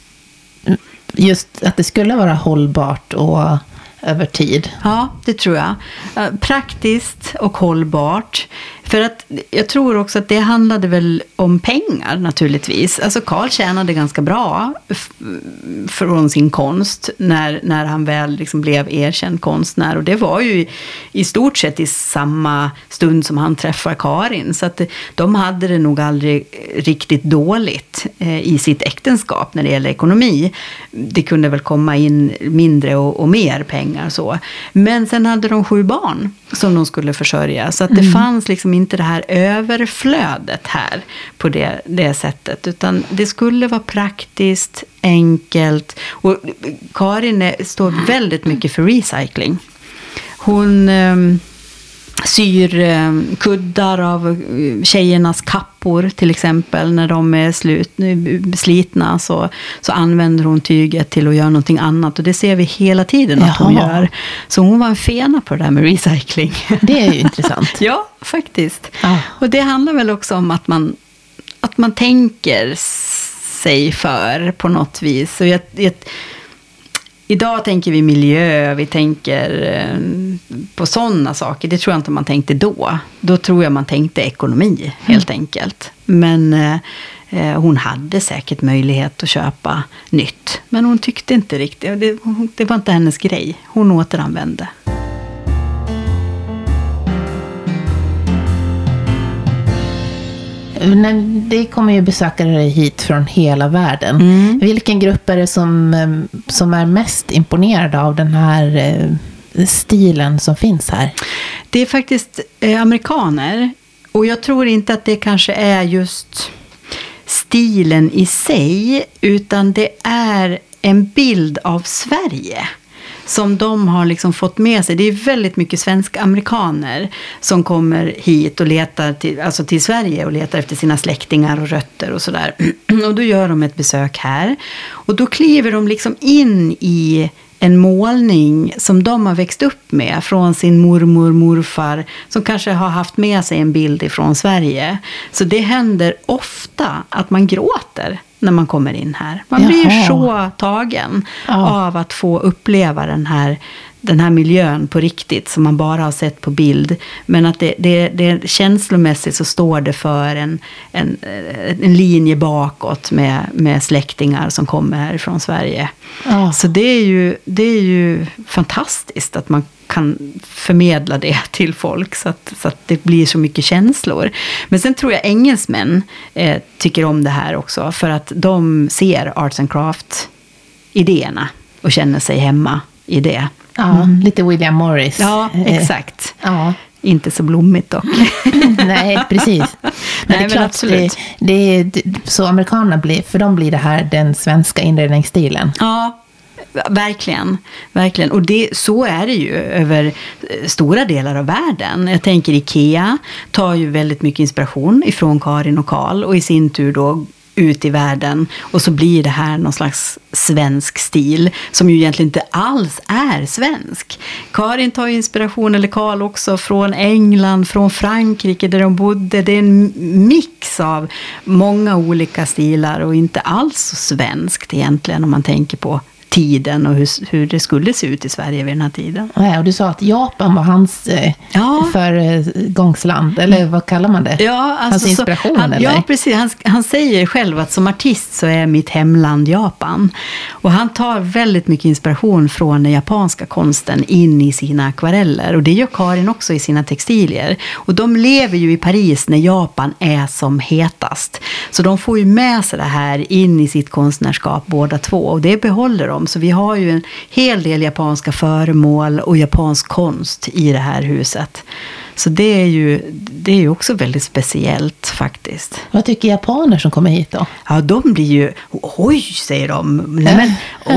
just att det skulle vara hållbart och över tid? Ja, det tror jag. Praktiskt och hållbart. För att jag tror också att det handlade väl om pengar naturligtvis. Alltså Carl tjänade ganska bra från sin konst när han väl liksom blev erkänd konstnär. Och det var ju i stort sett i samma stund som han träffar Karin. Så att de hade det nog aldrig riktigt dåligt i sitt äktenskap när det gäller ekonomi. Det kunde väl komma in mindre och mer pengar så. Men sen hade de 7 barn som de skulle försörja. Så att det fanns liksom inte det här överflödet här på det sättet. Utan det skulle vara praktiskt, enkelt. Och Karin står väldigt mycket för recycling. Hon syr kuddar av tjejernas kappor till exempel. När de är slitna så använder hon tyget till att göra någonting annat. Och det ser vi hela tiden att hon gör. Så hon var en fena på det där med recycling. Det är ju intressant. Ja, faktiskt. Och det handlar väl också om att man tänker sig för på något vis. Och idag tänker vi miljö, vi tänker på sådana saker. Det tror jag inte man tänkte då. Då tror jag man tänkte ekonomi helt enkelt. Men hon hade säkert möjlighet att köpa nytt. Men hon tyckte inte riktigt. Det var inte hennes grej. Hon återanvände. Det kommer ju besökare hit från hela världen. Vilken grupp är det som är mest imponerad av den här stilen som finns här? Det är faktiskt amerikaner. Och jag tror inte att det kanske är just stilen i sig, utan det är en bild av Sverige som de har liksom fått med sig. Det är väldigt mycket svenska amerikaner som kommer hit och letar till Sverige och letar efter sina släktingar och rötter och sådär. Och då gör de ett besök här. Och då kliver de liksom in i en målning som de har växt upp med från sin mormor, morfar, som kanske har haft med sig en bild ifrån Sverige. Så det händer ofta att man gråter när man kommer in här. Man blir så tagen av att få uppleva den här miljön på riktigt som man bara har sett på bild. Men att det känslomässigt så står det för en linje bakåt med släktingar som kommer härifrån Sverige. Så det är ju fantastiskt att man kan förmedla det till folk så att det blir så mycket känslor. Men sen tror jag engelsmän tycker om det här också, för att de ser arts and craft idéerna och känner sig hemma i det. Ja, lite William Morris. Ja, exakt. Inte så blommigt dock. Nej, precis. Men det är klart, absolut. Så amerikanerna för dem blir det här den svenska inredningsstilen. Ja, verkligen. Verkligen. Och så är det ju över stora delar av världen. Jag tänker IKEA tar ju väldigt mycket inspiration ifrån Karin och Karl och i sin tur då ut i världen, och så blir det här någon slags svensk stil som ju egentligen inte alls är svensk. Karin tar inspiration, eller Karl också, från England, från Frankrike där de bodde. Det är en mix av många olika stilar och inte alls så svenskt egentligen om man tänker på tiden och hur det skulle se ut i Sverige vid den här tiden. Ja, och du sa att Japan var hans föregångsland, eller vad kallar man det? Ja, alltså, hans inspiration, eller? Ja, precis. Han säger själv att som artist så är mitt hemland Japan. Och han tar väldigt mycket inspiration från den japanska konsten in i sina akvareller. Och det gör Karin också i sina textilier. Och de lever ju i Paris när Japan är som hetast. Så de får ju med sig det här in i sitt konstnärskap båda två. Och det behåller de. Så vi har ju en hel del japanska föremål och japansk konst i det här huset. Så det är ju också väldigt speciellt faktiskt. Vad tycker japaner som kommer hit då? Ja, de blir ju, oj, säger de. Nej, men,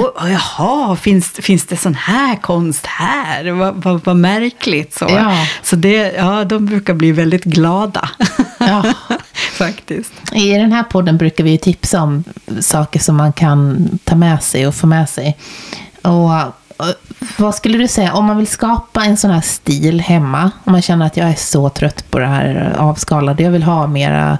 jaha, finns det sån här konst här? Vad märkligt. Så, så de brukar bli väldigt glada. Ja. Faktiskt. I den här podden brukar vi ju tipsa om saker som man kan ta med sig och få med sig. Och vad skulle du säga, om man vill skapa en sån här stil hemma, om man känner att jag är så trött på det här avskalade, jag vill ha mera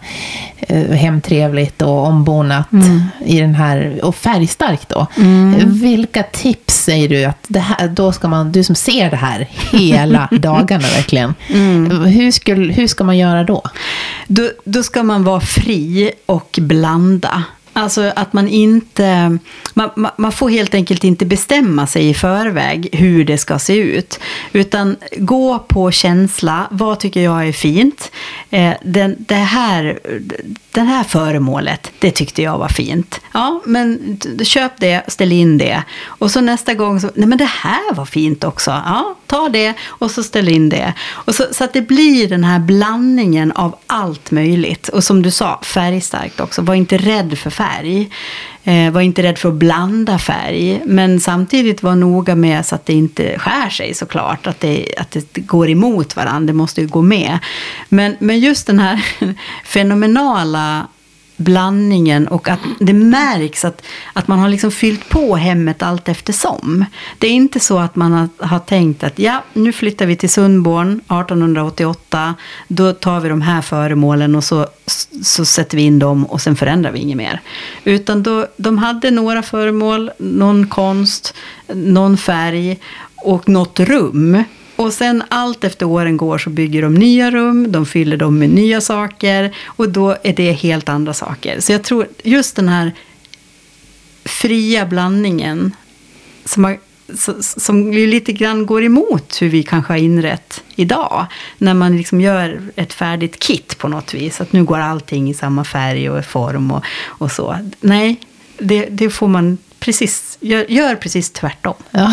hemtrevligt och ombonat i den här, och färstarkt då. Vilka tips säger du att det här, då ska man, du som ser det här hela dagarna verkligen, hur ska man göra då? Då ska man vara fri och blanda. Alltså att man inte, man får helt enkelt inte bestämma sig i förväg hur det ska se ut. Utan gå på känsla, vad tycker jag är fint? Det här föremålet, det tyckte jag var fint. Ja, men köp det, ställ in det. Och så nästa gång, nej men det här var fint också. Ja, ta det och så ställ in det. Och så att det blir den här blandningen av allt möjligt. Och som du sa, färgstarkt också. Var inte rädd för färg. Var inte rädd för att blanda färg. Men samtidigt var noga med så att det inte skär sig såklart. Att det går emot varandra. Det måste ju gå med. Men just den här fenomenala blandningen, och att det märks att man har liksom fyllt på hemmet allt eftersom. Det är inte så att man har tänkt att nu flyttar vi till Sundborn 1888, då tar vi de här föremålen och så sätter vi in dem och sen förändrar vi inget mer. Utan de hade några föremål, någon konst, någon färg och något rum. Och sen allt efter åren går så bygger de nya rum, de fyller dem med nya saker, och då är det helt andra saker. Så jag tror just den här fria blandningen som lite grann går emot hur vi kanske har inrett idag. När man liksom gör ett färdigt kit på något vis. Att nu går allting i samma färg och form och så. Nej, det får man precis, gör precis tvärtom. Ja.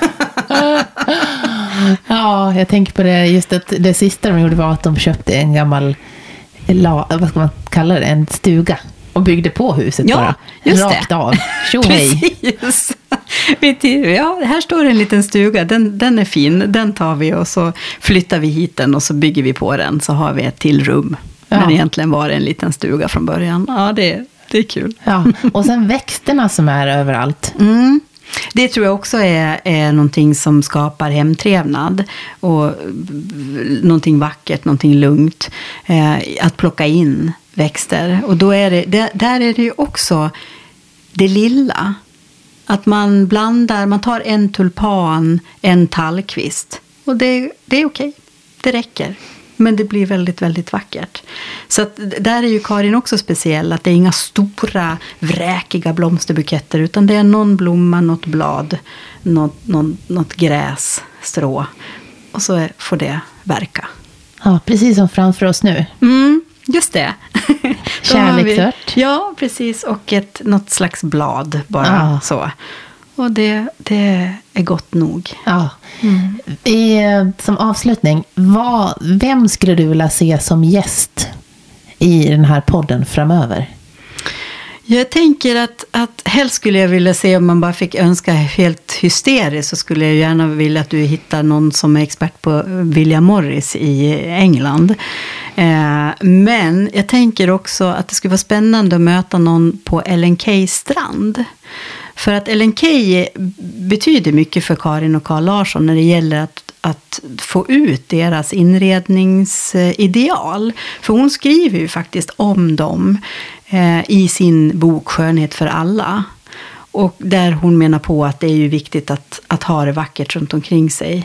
Ja, jag tänker på det, just att det sista de gjorde var att de köpte en gammal, vad ska man kalla det, en stuga och byggde på huset bara. Just rakt det. av. Tjo hej. Precis. Ja, här står en liten stuga, den är fin, den tar vi och så flyttar vi hit den och så bygger vi på den, så har vi ett till rum. Ja. Men egentligen var det en liten stuga från början. Ja, det är kul. Ja, och sen växterna som är överallt. Det tror jag också är någonting som skapar hemtrevnad och någonting vackert, någonting lugnt. Att plocka in växter. Och då där är det ju också det lilla. Att man blandar, man tar en tulpan, en tallkvist. Och det är okej. Det räcker. Men det blir väldigt, väldigt vackert. Så att där är ju Karin också speciell. Att det är inga stora, vräkiga blomsterbuketter. Utan det är någon blomma, något blad, något gräs, strå. Och så får det verka. Ja, precis som framför oss nu. Just det. Kärleksört. Ja, precis. Och något slags blad bara så. Och det är gott nog. Ja. Som avslutning, vem skulle du vilja se som gäst i den här podden framöver? Jag tänker att helst skulle jag vilja se, om man bara fick önska helt hysteriskt, så skulle jag gärna vilja att du hittar någon som är expert på William Morris i England. Men jag tänker också att det skulle vara spännande att möta någon på Ellen Keys strand. För att Ellen Key betyder mycket för Karin och Carl Larsson när det gäller att få ut deras inredningsideal. För hon skriver ju faktiskt om dem i sin bok Skönhet för alla. Och där hon menar på att det är ju viktigt att ha det vackert runt omkring sig.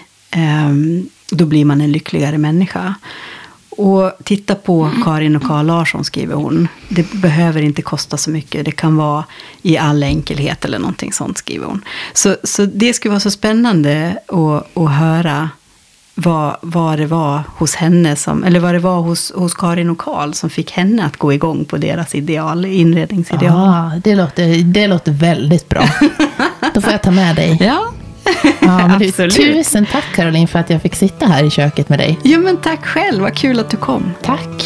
Då blir man en lyckligare människa. Och titta på Karin och Carl Larsson, skriver hon. Det behöver inte kosta så mycket. Det kan vara i all enkelhet eller någonting sånt, skriver hon. Så det skulle vara så spännande att höra vad det var hos henne eller vad det var hos Karin och Carl som fick henne att gå igång på deras inredningsideal. Det låter väldigt bra. Då får jag ta med dig. Ja. Ja, men tusen tack Caroline för att jag fick sitta här i köket med dig. Ja, men tack själv, vad kul att du kom. Tack.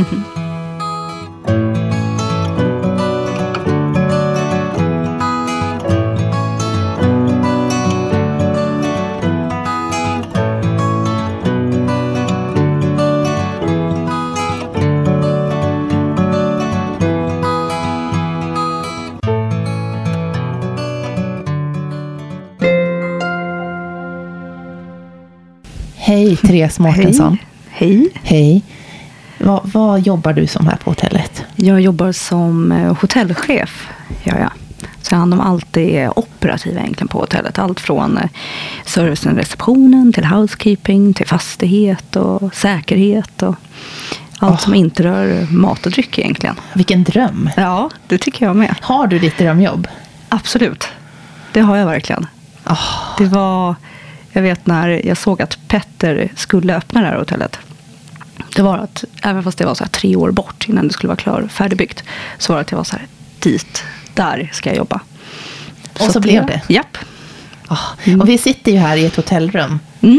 Hej, Therese Mårtensson. Hej. Hej. Vad jobbar du som här på hotellet? Jag jobbar som hotellchef. Så jag har hand om allt det operativa egentligen på hotellet. Allt från servicen, receptionen till housekeeping, till fastighet och säkerhet och allt som inte rör mat och dryck egentligen. Vilken dröm. Ja, det tycker jag med. Har du ditt drömjobb? Absolut. Det har jag verkligen. Det var... Jag vet när jag såg att Petter skulle öppna det här hotellet. Det var att, även fast det var så här 3 år bort innan det skulle vara färdigbyggt, så var det att jag var så här, där ska jag jobba. Och så blev det? Japp. Och vi sitter ju här i ett hotellrum.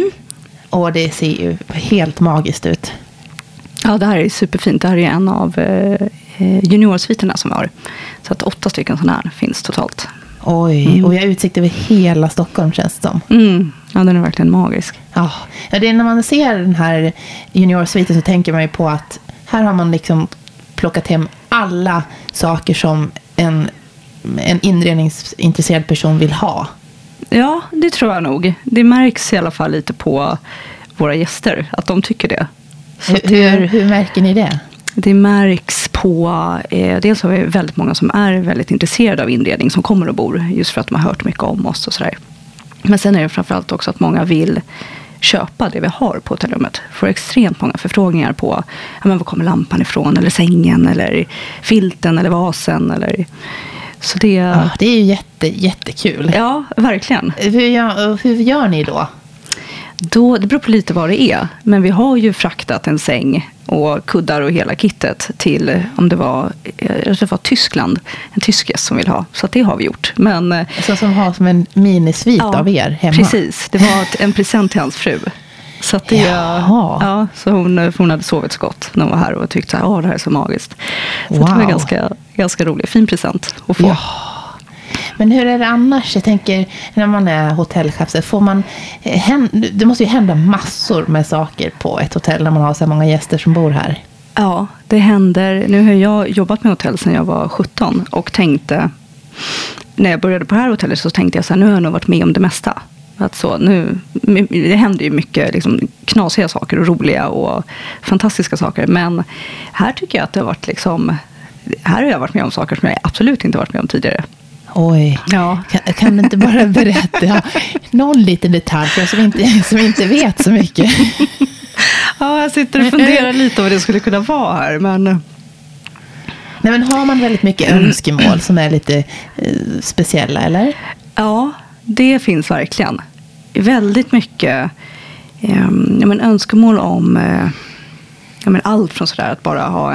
Och det ser ju helt magiskt ut. Ja, det här är superfint. Det här är en av juniorsviterna som vi har. Så att 8 stycken sådana här finns totalt. Oj, och vi har utsikt över hela Stockholm, känns det som. Ja, den är verkligen magisk. Ja, det är när man ser den här juniorsviten så tänker man ju på att här har man liksom plockat hem alla saker som en inredningsintresserad person vill ha. Ja, det tror jag nog. Det märks i alla fall lite på våra gäster att de tycker det. Hur märker ni det? Det märks på, dels har vi väldigt många som är väldigt intresserade av inredning som kommer och bor just för att de har hört mycket om oss och sådär. Men sen är det framförallt också att många vill köpa det vi har på hotellrummet. Får extremt många förfrågningar på var kommer lampan ifrån, eller sängen, eller filten, eller vasen. Eller... Så det är ju jättekul. Ja, verkligen. Hur gör ni då? Det beror på lite vad det är. Men vi har ju fraktat en säng och kuddar och hela kittet till, om det var Tyskland, en tysk gäst som vill ha. Så att det har vi gjort. Men, så som har som en minisvit av er hemma? Precis, det var en present till hans fru. Så att så hon hade sovit så gott när hon var här och tyckte så här, det här är så magiskt. Så det var ganska rolig, fin present att få. Ja. Men hur är det annars? Jag tänker, när man är hotellchef, det måste ju hända massor med saker på ett hotell när man har så många gäster som bor här. Ja, det händer. Nu har jag jobbat med hotell sedan jag var 17 och tänkte, när jag började på det här hotellet så tänkte jag så här, nu har jag nog varit med om det mesta. Det händer ju mycket liksom, knasiga saker och roliga och fantastiska saker. Men här tycker jag att det har varit här har jag varit med om saker som jag absolut inte varit med om tidigare. Oj, ja. Kan du inte bara berätta någon liten detalj för oss som inte vet så mycket? Ja, jag sitter och funderar lite vad det skulle kunna vara här. Nej, men har man väldigt mycket önskemål som är lite speciella, eller? Ja, det finns verkligen. Väldigt mycket önskemål om allt från sådär att bara ha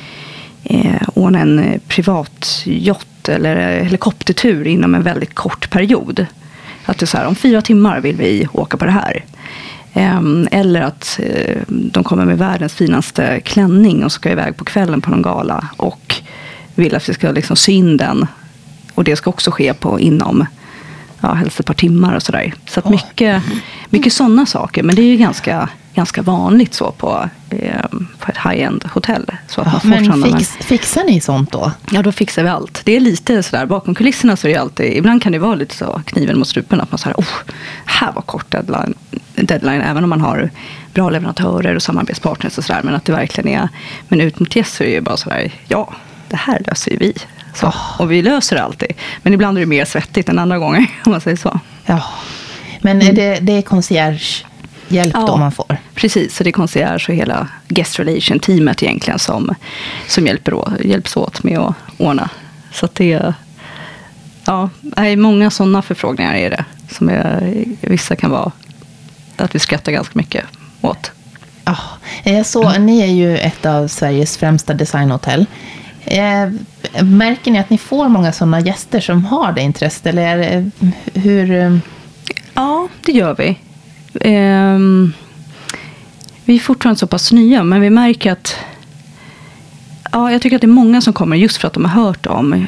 ordna en privatjott eller helikoptertur inom en väldigt kort period. Att det är så här, om 4 timmar vill vi åka på det här. Eller att de kommer med världens finaste klänning och ska iväg på kvällen på någon gala och vill att vi ska liksom sy in den. Och det ska också ske inom helst ett par timmar och sådär. Så att mycket sådana saker. Men det är ju ganska vanligt så på ett high-end hotell. Så att man får fixar ni sånt då? Ja, då fixar vi allt. Det är lite sådär, bakom kulisserna så är det alltid, ibland kan det vara lite så kniven mot strupen att man säger, här var kort deadline, även om man har bra leverantörer och samarbetspartners och sådär, men att det verkligen är, men ut mot gäst så är det ju bara sådär, det här löser ju vi. Så. Och vi löser det alltid. Men ibland är det mer svettigt än andra gånger, om man säger så. Ja. Men det är concierge-hjälp då man får? Precis, så det är concierge och hela guest relation-teamet egentligen som hjälps åt med att ordna. Så att det är många sådana förfrågningar är det. Som vissa kan vara att vi skrattar ganska mycket åt. Ni är ju ett av Sveriges främsta designhotell. Märker ni att ni får många sådana gäster som har det intresset? Eller hur? Ja, det gör vi. Vi är fortfarande så pass nya, men vi märker att jag tycker att det är många som kommer just för att de har hört om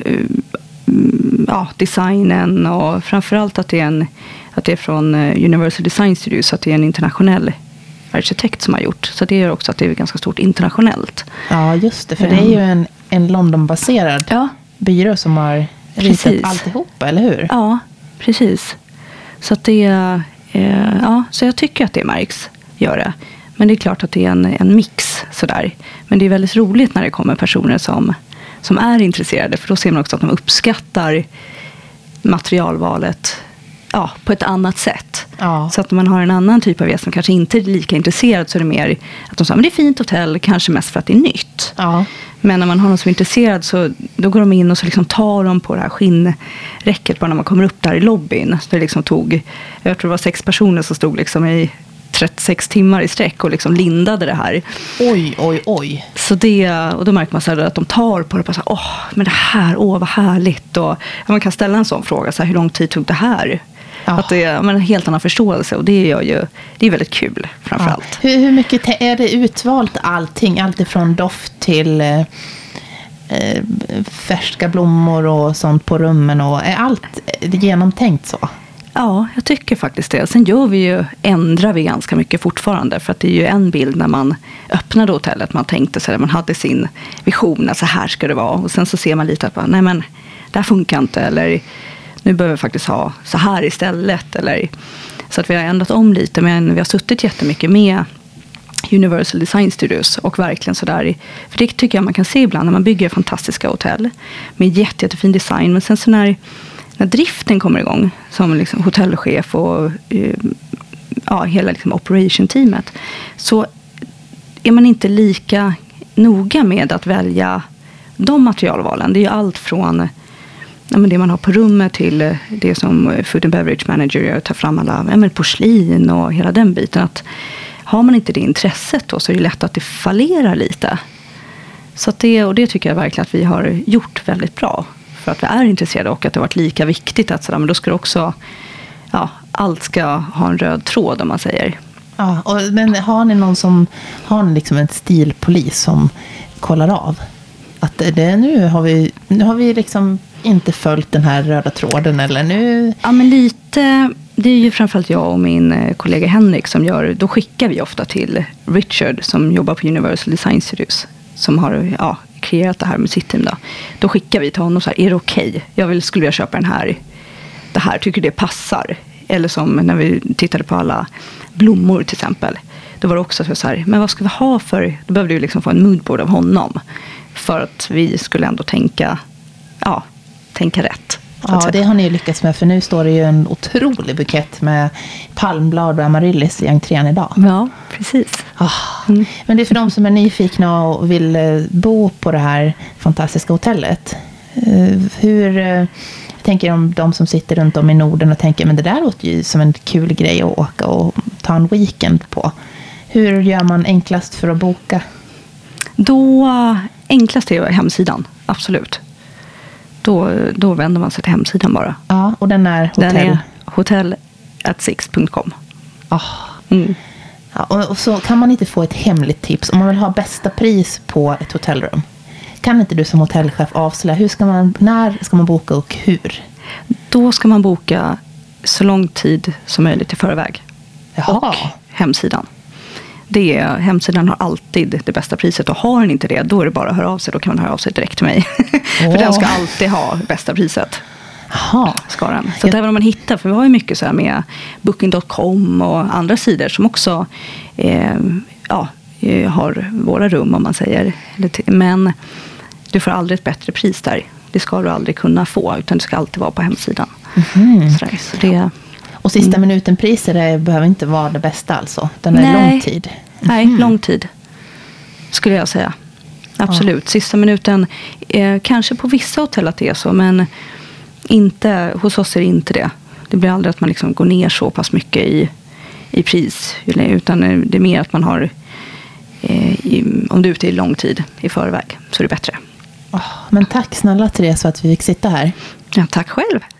designen och framförallt att det är från Universal Design Studios, så att det är en internationell arkitekt som har gjort. Så det gör också att det är ganska stort internationellt. Ja, just det. För det är ju en London-baserad byrå som har ritat alltihopa, eller hur? Ja, precis. Så att så jag tycker att det märks, gör det. Men det är klart att det är en mix sådär. Men det är väldigt roligt när det kommer personer som är intresserade, för då ser man också att de uppskattar materialvalet på ett annat sätt. Ja. Så att man har en annan typ av gäst som kanske inte är lika intresserad, så är det mer att de säger, men det är fint hotell, kanske mest för att det är nytt. Ja. Men när man har någon som är intresserad, så då går de in och så liksom tar de på det här skinnräcket bara när man kommer upp där i lobbyn. Så det liksom jag tror det var 6 personer som stod liksom i 36 timmar i sträck och liksom lindade det här. Oj. Så och då märker man så här att de tar på det och bara så här, men det här, vad härligt. Och man kan ställa en sån fråga, så här, hur lång tid tog det här? Att det är en helt annan förståelse, och det är väldigt kul framförallt. Ja. Hur mycket är det utvalt allting? Allt ifrån doft till färska blommor och sånt på rummen, och är allt genomtänkt så? Ja, jag tycker faktiskt det. Sen ändrar vi ganska mycket fortfarande, för att det är ju en bild när man öppnade hotellet, man tänkte så här, man hade sin vision, att så här ska det vara, och sen så ser man lite att nej men, det här funkar inte, eller nu behöver vi faktiskt ha så här istället, eller så att vi har ändrat om lite, men vi har suttit jättemycket med Universal Design Studios och verkligen sådär, för det tycker jag man kan se ibland när man bygger fantastiska hotell med jättefin design, men sen så när driften kommer igång som liksom hotellchef och hela liksom operation-teamet, så är man inte lika noga med att välja de materialvalen. Det är ju allt från men det man har på rummet till det som food and beverage manager gör, tar fram alla porslin och hela den biten. Att har man inte det intresset då, så är det lätt att det fallerar lite. Så att det tycker jag verkligen att vi har gjort väldigt bra. För att vi är intresserade och att det har varit lika viktigt att men då ska det också, allt ska ha en röd tråd om man säger. Ja, men har ni har ni liksom en stilpolis som kollar av? Att nu har vi liksom inte följt den här röda tråden eller nu? Ja, men lite. Det är ju framförallt jag och min kollega Henrik som gör, då skickar vi ofta till Richard som jobbar på Universal Design Studios som har kreerat det här med sitt team då. Då skickar vi till honom så här, är det okej? Skulle vilja köpa det här, tycker det passar? Eller som när vi tittade på alla blommor till exempel. Då var det också så här, men vad ska vi ha för, då behövde vi liksom få en moodboard av honom. För att vi skulle ändå tänka rätt. Ja, det har ni ju lyckats med, för nu står det ju en otrolig bukett med palmblad och amaryllis i entrén idag. Ja, precis. Men det är för de som är nyfikna och vill bo på det här fantastiska hotellet. Jag tänker om de som sitter runt om i Norden och tänker, men det där låter ju som en kul grej att åka och ta en weekend på. Hur gör man enklast för att boka? Då enklast är hemsidan, absolut. Då vänder man sig till hemsidan bara. Ja, och den är hotel@six.com. Ja, och så kan man inte få ett hemligt tips om man vill ha bästa pris på ett hotellrum. Kan inte du som hotellchef avslöja när ska man boka och hur? Då ska man boka så lång tid som möjligt i förväg. Jaha. Och hemsidan. Hemsidan har alltid det bästa priset, och har den inte det, då är det bara att höra av sig. Då kan man höra av sig direkt till mig. För den ska alltid ha bästa priset. Jaha. Ska den. Så att även om man hittar, för vi har ju mycket så här med Booking.com och andra sidor som också har våra rum om man säger. Men du får aldrig ett bättre pris där. Det ska du aldrig kunna få, utan det ska alltid vara på hemsidan. Så det. Och sista minuten-priser behöver inte vara det bästa alltså? Den är lång tid? Nej, lång tid skulle jag säga. Absolut. Ja. Sista minuten, kanske på vissa hotell att det är så, men hos oss är det inte det. Det blir aldrig att man liksom går ner så pass mycket i pris, utan det är mer att man har, om du är ute i lång tid i förväg, så är det bättre. Men tack snälla Therese för att vi fick sitta här. Ja, tack själv.